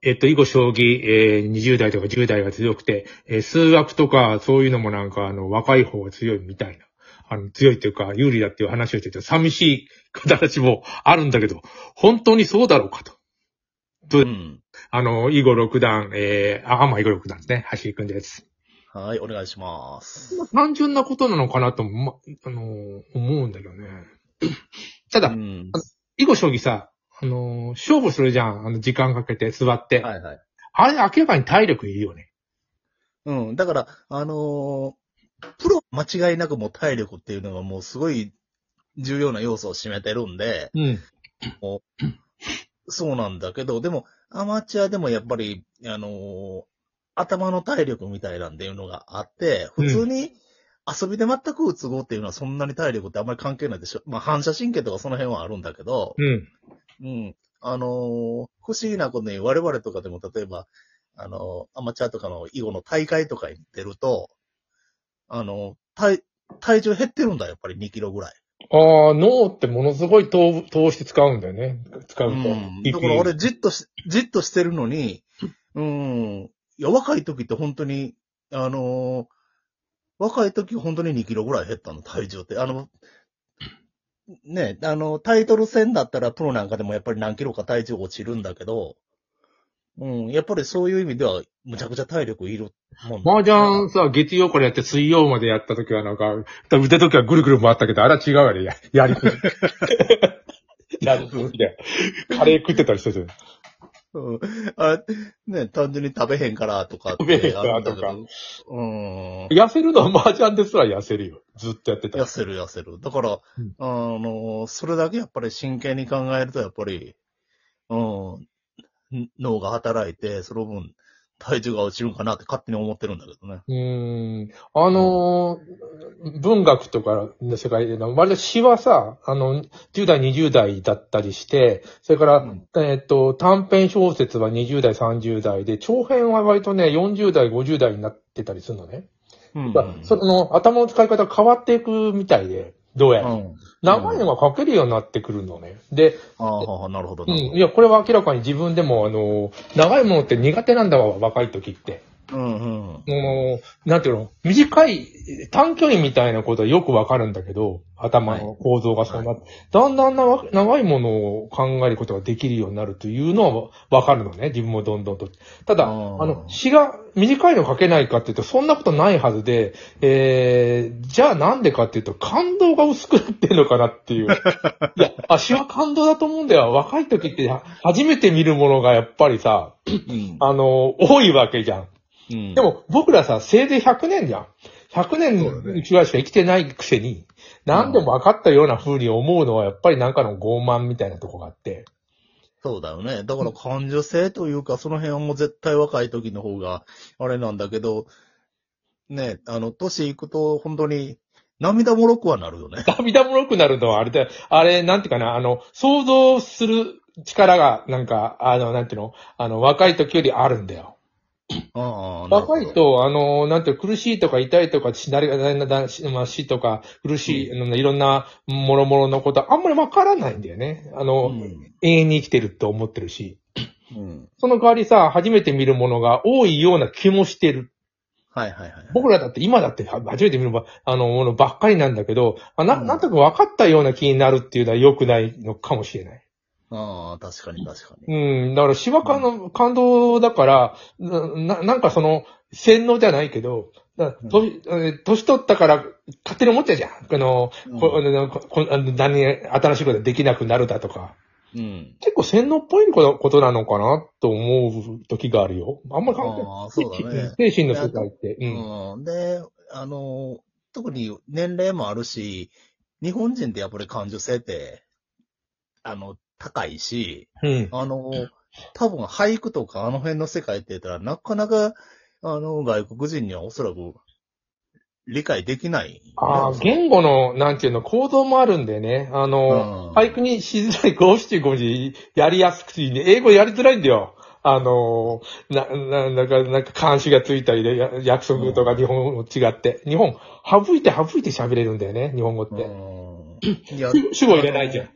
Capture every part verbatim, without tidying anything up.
えっと、囲碁将棋、えー、にじゅう代とかじゅう代が強くて、えー、数学とかそういうのもなんかあの、若い方が強いみたいな。あの、強いっていうか、有利だっていう話をしてて、寂しい形もあるんだけど、本当にそうだろうかと。と、うん、あの、囲碁六段、えー、あ、まあ、囲碁六段ですね。橋井くんです。 はい、お願いします。 単純なことなのかなと、ま、あのー、思うんだよね。ただ、うん、囲碁将棋さ、あのー、勝負するじゃん。あの、時間かけて座って。はいはい。あれ明らかに体力いるよね。 うん。だから、あのー、プロ間違いなくもう体力っていうのがもうすごい重要な要素を占めてるんで、うん。もうそうなんだけど、でも、アマチュアでもやっぱり、あのー、頭の体力みたいなんていうのがあって、普通に遊びで全く打つ碁っていうのはそんなに体力ってあんまり関係ないでしょ。まあ反射神経とかその辺はあるんだけど、うん。うん。あのー、不思議なことに我々とかでも例えば、あのー、アマチュアとかの囲碁の大会とかに出ると、あのー、体、体重減ってるんだ、やっぱりにキロぐらい。 ああ、脳ってものすごい投投して使うんだよね。使うと。うん。 だから俺じっとし、じっとしてるのに、うん。いや、若い時って本当に、あのー、若い時本当ににキロぐらい減ったの、体重って。あの、ね、あの、タイトル戦だったらプロなんかでもやっぱり何キロか体重落ちるんだけど、うん、やっぱりそういう意味では、むちゃくちゃ体力いるもんだ。麻雀さ、月曜からやって水曜までやった時はなんか、腕時はぐるぐる回ったけど、あれは違うあれ、や、やりすぎ。やりすぎで。カレー食ってたりしてる。 うん。あね、単純に食べへんからとかって。 食べへんからとか。 うん。 痩せるのは麻雀ですら痩せるよ。ずっとやってた。 痩せる痩せる。だから、うん、あの、それだけやっぱり真剣に考えると、やっぱり、うん、脳が働いて、その分、体重が落ちるんかなって勝手に思ってるんだけどね。 うーん。あのー、文学とかの世界での、割と詩はさ、あの、じゅう代、にじゅう代だったりして、それから、うん、えっと、短編小説はにじゅう代、さんじゅう代で、長編は割とね、よんじゅう代、ごじゅう代になってたりするのね。うん、うん。その、頭の使い方が変わっていくみたいで、どうやら。うん、長いのが書けるようになってくるのね。で、 ああ、なるほど。 うん。いや、これは明らかに自分でも、あの、長いものって苦手なんだわ、若い時って。うんうん。もう、なんていうの、短い、短距離みたいなことはよくわかるんだけど、頭の構造がそうなって、はい、だんだん長長いものを考えることができるようになるというのはわかるのね、自分もどんどんと。ただ、あの、詩が短いの書けないかっていうと、そんなことないはずで、えー、じゃあなんでかっていうと、感動が薄くなってるのかなっていう。いや、あ、詩は感動だと思うんだよ。若い時って初めて見るものがやっぱりさ、うん、あの、多いわけじゃん。うん、でも、僕らさ、せいぜいひゃくねんじゃん。ひゃくねんうちぐらいしか生きてないくせに、何でも分かったような風に思うのは、やっぱりなんかの傲慢みたいなとこがあって。 そうだよね。だから感受性というか、その辺はもう絶対若い時の方が、あれなんだけど、ね、あの、年いくと本当に、涙もろくはなるよね。 涙もろくなるのは、あれだ、あれ、なんていうかな、あの、想像する力が、なんか、あの、なんていうの、あの、若い時よりあるんだよ。ああ、若いと、あの、なんていう苦しいとか痛いとか、死なりが、まあ、死とか、苦しい、うん、いろんな、もろもろのことはあんまりわからないんだよね。あの、うん、永遠に生きてると思ってるし。うん、その代わりさ、初めて見るものが多いような気もしてる。 はいはいはい。 僕らだって今だって初めて見るものばっかりなんだけど、な、なんとなく分かったような気になるっていうのは良くないのかもしれない。 ああ、確かに確かに。 うん。だから、シワ感の感動だから、な、なんかその、洗脳じゃないけど、年、うん、年取ったから勝手に思っちゃうじゃん。あの、うん、ここ何、新しいことできなくなるだとか。うん、結構洗脳っぽいことなのかなと思う時があるよ。あんまり関係ない。ああ、そうだね。精神の世界って。 うん。で、あの、特に年齢もあるし、日本人ってやっぱり感受性って、あの、高いし、うん、あの、多分俳句とかあの辺の世界って言ったら、なかなか、あの、外国人にはおそらく理解できない、ね。 ああ、言語の、なんていうの、構造もあるんでね。あの、うん、俳句にしづらい五七五字やりやすくていいね。英語やりづらいんだよ。あの、な、な、なんか、なんか漢詩がついたりで、約束とか日本語違って。日本、省いて省いて喋れるんだよね、日本語って。うん、主語入れないじゃん。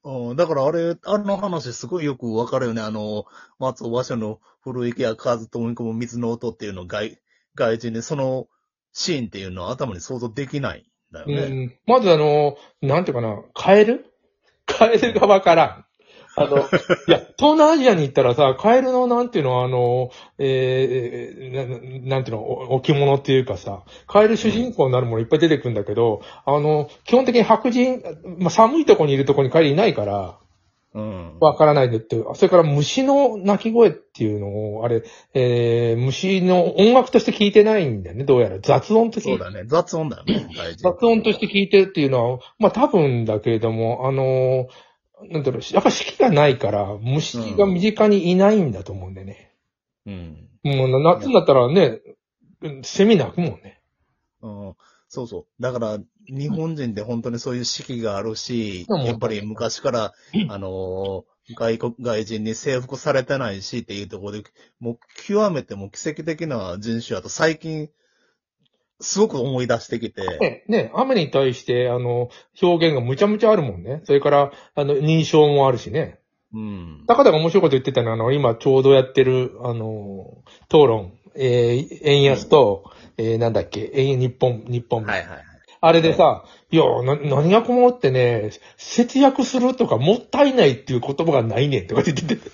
うん、だからあれ、あの話すごいよくわかるよね。あの、松尾芭蕉の古池や風と飲み込む水の音っていうのを外、外人でそのシーンっていうのは頭に想像できないんだようね。 ん。まずあの、なんていうかな、カエルカエルがわからん。あの、いや、東南アジアに行ったらさ、カエルのなんていうの、あの、えー、ななんていうの、お置物っていうかさ、カエル主人公になるものいっぱい出てくるんだけど、あの、基本的に白人、まあ、寒いとこにいるとこにカエルいないから、 うん。 わからないでって。それから虫の鳴き声っていうのを、あれ、えー、虫の音楽として聞いてないんだよね、どうやら。雑音と聞いて。 そうだね。雑音だよね。大事。 雑音として聞いてるっていうのは、まあ多分だけれども、あの、なんだろう、やっぱ四季がないから、虫が身近にいないんだと思うんでね。 うん。 もう夏になったらね、セミ鳴くもんね。 うん。そうそう。だから、日本人って本当にそういう四季があるし、 うんやっぱり昔から、あのー外国、外人に征服されてないしっていうところで、もう極めても奇跡的な人種だと最近、すごく思い出してきて。 ね、ね、雨に対して、あの、表現がむちゃむちゃあるもんね。それから、あの、認証もあるしね。 うん。 高田が面白いこと言ってたのは、あの、今ちょうどやってる、あの、討論、えー、円安と、うん、えー、なんだっけ、円、日本、日本。 はいはいはい。 あれでさ、いや、な、何が困ってね、節約するとかもったいないっていう言葉がないねんとか言ってて。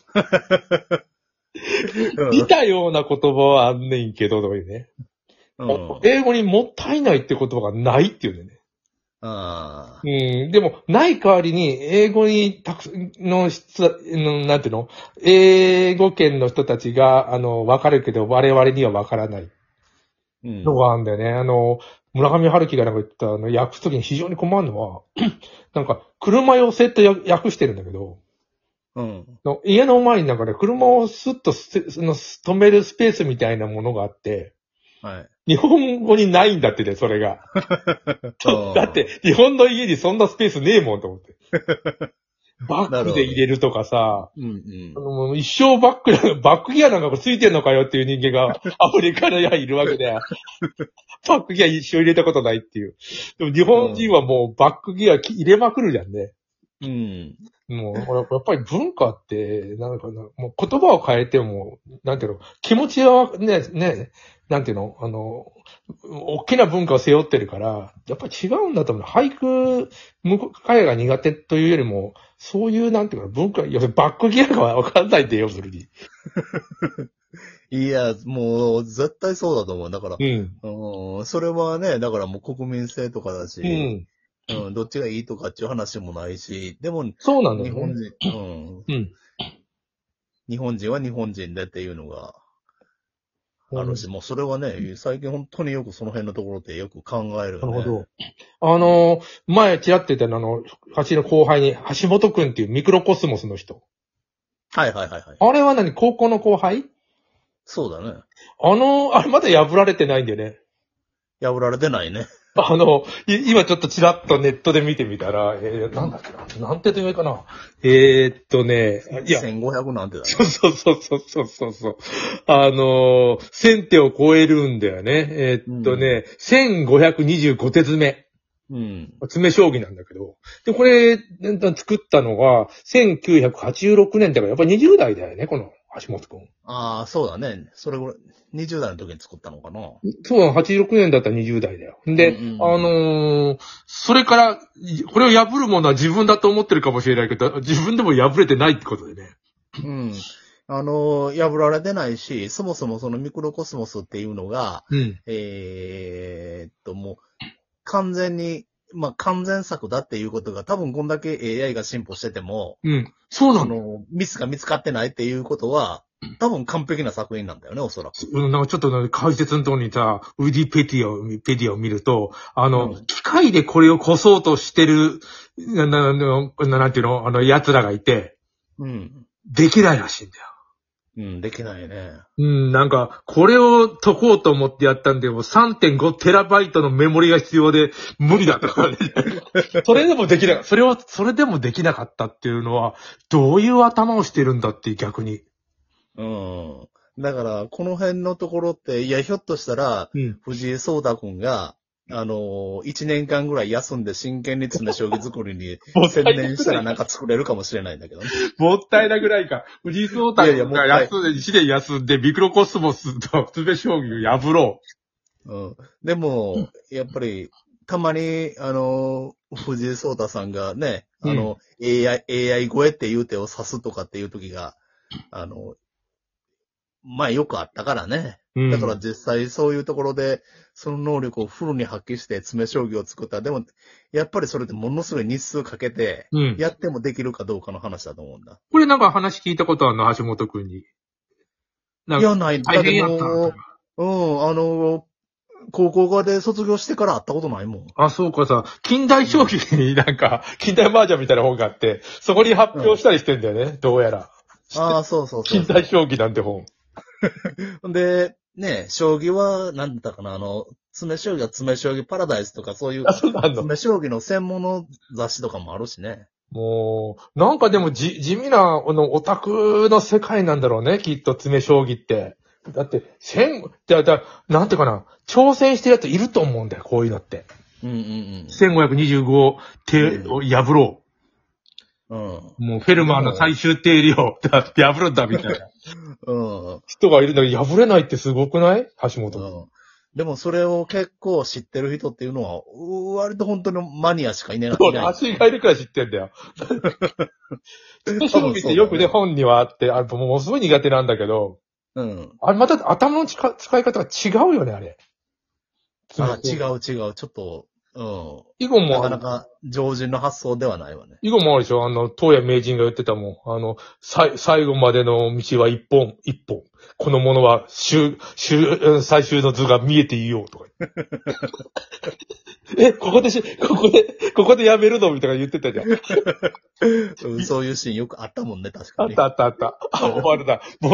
似たような言葉はあんねんけど、とか言うね。うん、英語にもったいないって言葉がないっていうんだよね。 あうん、でも、ない代わりに、英語にたくさんの質、なんていうの英語圏の人たちが、あの、わかるけど、我々にはわからない。のがあるんだよね。あの、村上春樹がなんか言った、あの、訳すときに非常に困るのは、なんか、車寄せって訳してるんだけど、 うん。 の家の前になんかね、車をスッとその止めるスペースみたいなものがあって、 はい。 日本語にないんだってね、それが。だって、日本の家にそんなスペースねえもんと思って。バックで入れるとかさ、うんうん、あの一生バック、バックギアなんかついてんのかよっていう人間がアフリカにいるわけで、バックギア一生入れたことないっていう。でも日本人はもうバックギア入れまくるじゃんね。うん。もう、やっぱり文化って、なんかな、もう言葉を変えても、なんていうの、気持ちはね、ね、なんていうの、あの、大きな文化を背負ってるから、やっぱり違うんだと思う。俳句、彼が苦手というよりも、そういう、なんていうか、文化、いや、バックギアがわかんないでよ、それに。 いや、もう、絶対そうだと思う。だから、うん、うん、それはね、だからもう国民性とかだし、うんうん、どっちがいいとかっていう話もないし、でも、 そうなんだよね。 日本人、うん、うん。日本人は日本人でっていうのがあるし、うん、もうそれはね、最近本当によくその辺のところってよく考えるよね。 なるほど。あの、前ちらって言ったあの、橋の後輩に橋本くんっていうミクロコスモスの人。 はいはいはいはい。 あれは何高校の後輩？ そうだね。 あの、あれまだ破られてないんだよね。 破られてないね。 あの、今ちょっとちらっとネットで見てみたら、えー、なんだっけな、なんて言うかな。えー、っとね、 いや。せんごひゃくなんてだね。 そうそうそうそうそうそう。あのー、せん手を超えるんだよね。えー、っとね、うん、せんごひゃくにじゅうご手詰め。うん。詰将棋なんだけど。で、これ、作ったのが、せんきゅうひゃくはちじゅうろくねんだから、やっぱりにじゅう代だよね、この橋本くん。 ああ、そうだね。それぐらい、にじゅう代の時に作ったのかな。 そうだ、はちじゅうろくねんだったらにじゅう代だよ。で、うんうんうん、あのー、それから、これを破るものは自分だと思ってるかもしれないけど、自分でも破れてないってことでね。 うん。あのー、破られてないし、そもそもそのミクロコスモスっていうのが、うん、えーっと、もう、完全に、まあ、完全作だっていうことが、多分こんだけ エーアイ が進歩してても、 うん。そうなの。 の、ミスが見つかってないっていうことは、多分完璧な作品なんだよね、おそらく。 うん、なんかちょっと、ね、解説のところにさ、ウィディペディアを、ペディアを見ると、あの、うん、機械でこれをこそうとしてる、な、な、な、なんていうの、あの、奴らがいて、うん。できないらしいんだよ。 うん、できないね。 うん、なんか、これを解こうと思ってやったんで、も さんてんごテラバイトのメモリが必要で無理だったからね。それでもできなかった。それは、それでもできなかったっていうのは、どういう頭をしてるんだって逆に。 うん。だから、この辺のところって、いや、ひょっとしたら、うん、藤井聡太くんが、 あの、一年間ぐらい休んで真剣に詰将棋作りに専念したらなんか作れるかもしれないんだけどね。 もったいなぐらいか。藤井聡太が休んで、一年休んで、ミクロコスモスと詰将棋を破ろう。うん。でも、やっぱり、たまに、あの、藤井聡太さんがね、あの、うん、エーアイ、エーアイ 超えっていう手を指すとかっていう時が、あの、まあよくあったからね。だから実際そういうところで、その能力をフルに発揮して詰将棋を作った。でも、やっぱりそれってものすごい日数かけて、やってもできるかどうかの話だと思うんだ。うん、 これなんか話聞いたことあるの橋本くんに。 いや、ない。だけど、うん、あの、高校側で卒業してから会ったことないもん。 あ、そうかさ、近代将棋になんか、近代麻雀みたいな本があって、そこに発表したりしてんだよね、うん、どうやら。 ああ、そうそうそう。 近代将棋なんて本。 で、ね、将棋は、なんだったかな、あの、詰将棋は詰将棋パラダイスとかそういう、詰将棋の専門の雑誌とかもあるしね。 もう、なんかでもじ、地味な、あの、オタクの世界なんだろうね、きっと詰将棋って。だって、千、じゃだ、なんていうかな、挑戦してるやついると思うんだよ、こういうのって。 うんうんうん。 せんごひゃくにじゅうご手を破ろう。うん。 もう、フェルマーの最終定理を破るんだ、みたいな。 うん。 人がいるんだけど、破れないってすごくない橋本。 うん。でもそれを結構知ってる人っていうのは、割と本当にマニアしかいねえな。 そう、足がいるくらい知ってんだよ。詰将棋ってよくね、本にはあって、あもうすごい苦手なんだけど、 うん。 あれまた頭の使い方が違うよね、あれ。 あ、違う違う。ちょっと、うん。 囲碁も。 なかなか常人の発想ではないわね。 囲碁もあるでしょあの、東野名人が言ってたもん。あの、さ、最後までの道は一本、一本。このものは、終、終、最終の図が見えていようとか。え、ここでし、ここで、ここでやめるのみたいな言ってたじゃん。 そういうシーンよくあったもんね、確かに。 あったあったあった。あ、終わるな。もう